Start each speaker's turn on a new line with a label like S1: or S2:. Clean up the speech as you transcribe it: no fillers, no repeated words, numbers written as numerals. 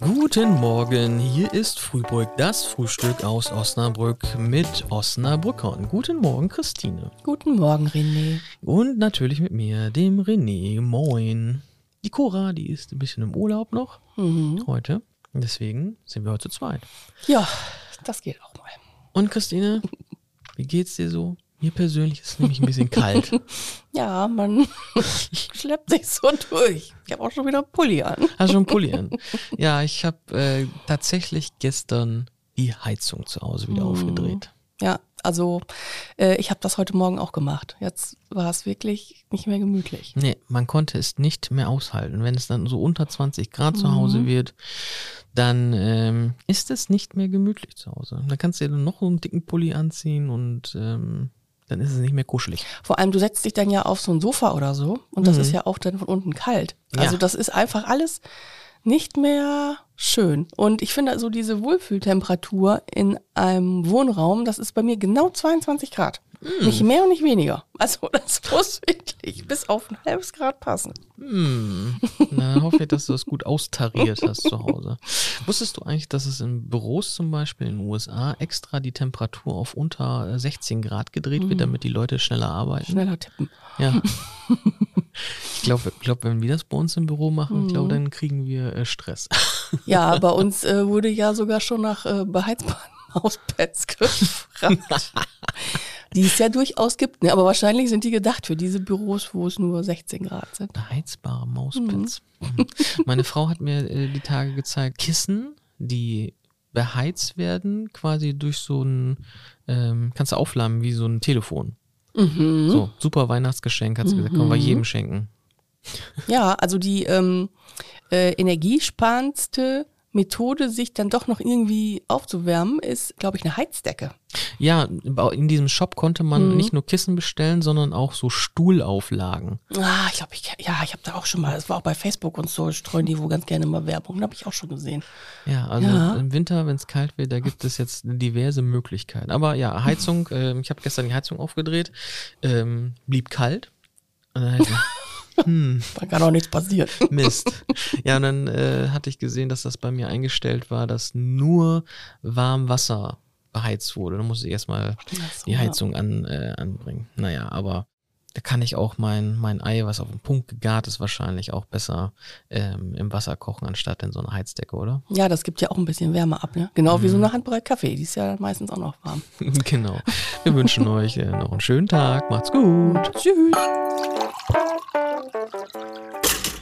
S1: Guten Morgen, hier ist Frühbrück, das Frühstück aus Osnabrück mit Osnabrückern. Guten Morgen, Christine.
S2: Guten Morgen, René.
S1: Und natürlich mit mir, dem René. Moin. Die Cora, die ist ein bisschen im Urlaub noch heute. Deswegen sind wir heute zu zweit.
S2: Ja, das geht auch mal.
S1: Und Christine, wie geht's dir so? Mir persönlich ist es nämlich ein bisschen kalt.
S2: Ja, man schleppt sich so durch. Ich habe auch schon wieder einen Pulli an.
S1: Hast schon einen Pulli an? Ja, ich habe tatsächlich gestern die Heizung zu Hause wieder aufgedreht.
S2: Ja, also ich habe das heute Morgen auch gemacht. Jetzt war es wirklich nicht mehr gemütlich.
S1: Nee, man konnte es nicht mehr aushalten. Wenn es dann so unter 20 Grad zu Hause wird, dann ist es nicht mehr gemütlich zu Hause. Da kannst du dir dann noch so einen dicken Pulli anziehen und dann ist es nicht mehr kuschelig.
S2: Vor allem, du setzt dich dann ja auf so ein Sofa oder so und das ist ja auch dann von unten kalt. Also
S1: Ja.
S2: das ist einfach alles nicht mehr schön. Und ich finde so diese Wohlfühltemperatur in einem Wohnraum, das ist bei mir genau 22 Grad. Nicht mehr und nicht weniger. Also das muss wirklich bis auf ein halbes Grad passen.
S1: Na, hoffe ich, dass du das gut austariert hast zu Hause. Wusstest du eigentlich, dass es in Büros zum Beispiel in den USA extra die Temperatur auf unter 16 Grad gedreht wird, damit die Leute schneller arbeiten?
S2: Schneller tippen.
S1: Ja. Ich glaube, wenn wir das bei uns im Büro machen, dann kriegen wir Stress.
S2: Ja, bei uns wurde ja sogar schon nach beheizbaren Mauspads gefragt. Die es ja durchaus gibt, ne? Aber wahrscheinlich sind die gedacht für diese Büros, wo es nur 16 Grad sind.
S1: Beheizbare Mauspads. Meine Frau hat mir die Tage gezeigt, Kissen, die beheizt werden, quasi durch so ein, kannst du aufladen wie so ein Telefon. So, super Weihnachtsgeschenk, hat sie gesagt, können wir jedem schenken.
S2: Ja, also die energiesparendste Methode, sich dann doch noch irgendwie aufzuwärmen, ist, glaube ich, eine Heizdecke.
S1: Ja, in diesem Shop konnte man nicht nur Kissen bestellen, sondern auch so Stuhlauflagen.
S2: Ah, ich glaube, ich habe da auch schon mal, das war auch bei Facebook und so, streuen die wohl ganz gerne mal Werbung, habe ich auch schon gesehen.
S1: Ja, also im Winter, wenn es kalt wird, da gibt es jetzt diverse Möglichkeiten. Aber ja, Heizung, ich habe gestern die Heizung aufgedreht, blieb kalt. Und dann
S2: Da kann auch nichts passieren.
S1: Mist. Ja, und dann hatte ich gesehen, dass das bei mir eingestellt war, dass nur Warmwasser beheizt wurde. Dann musste ich erstmal die Heizung anbringen. Naja, aber da kann ich auch mein Ei, was auf den Punkt gegart ist, wahrscheinlich auch besser im Wasser kochen, anstatt in so einer Heizdecke, oder?
S2: Ja, das gibt ja auch ein bisschen Wärme ab, ne? Genau wie so eine Handbreit Kaffee, die ist ja meistens auch noch warm.
S1: Genau. Wir wünschen euch noch einen schönen Tag. Macht's gut.
S2: Tschüss.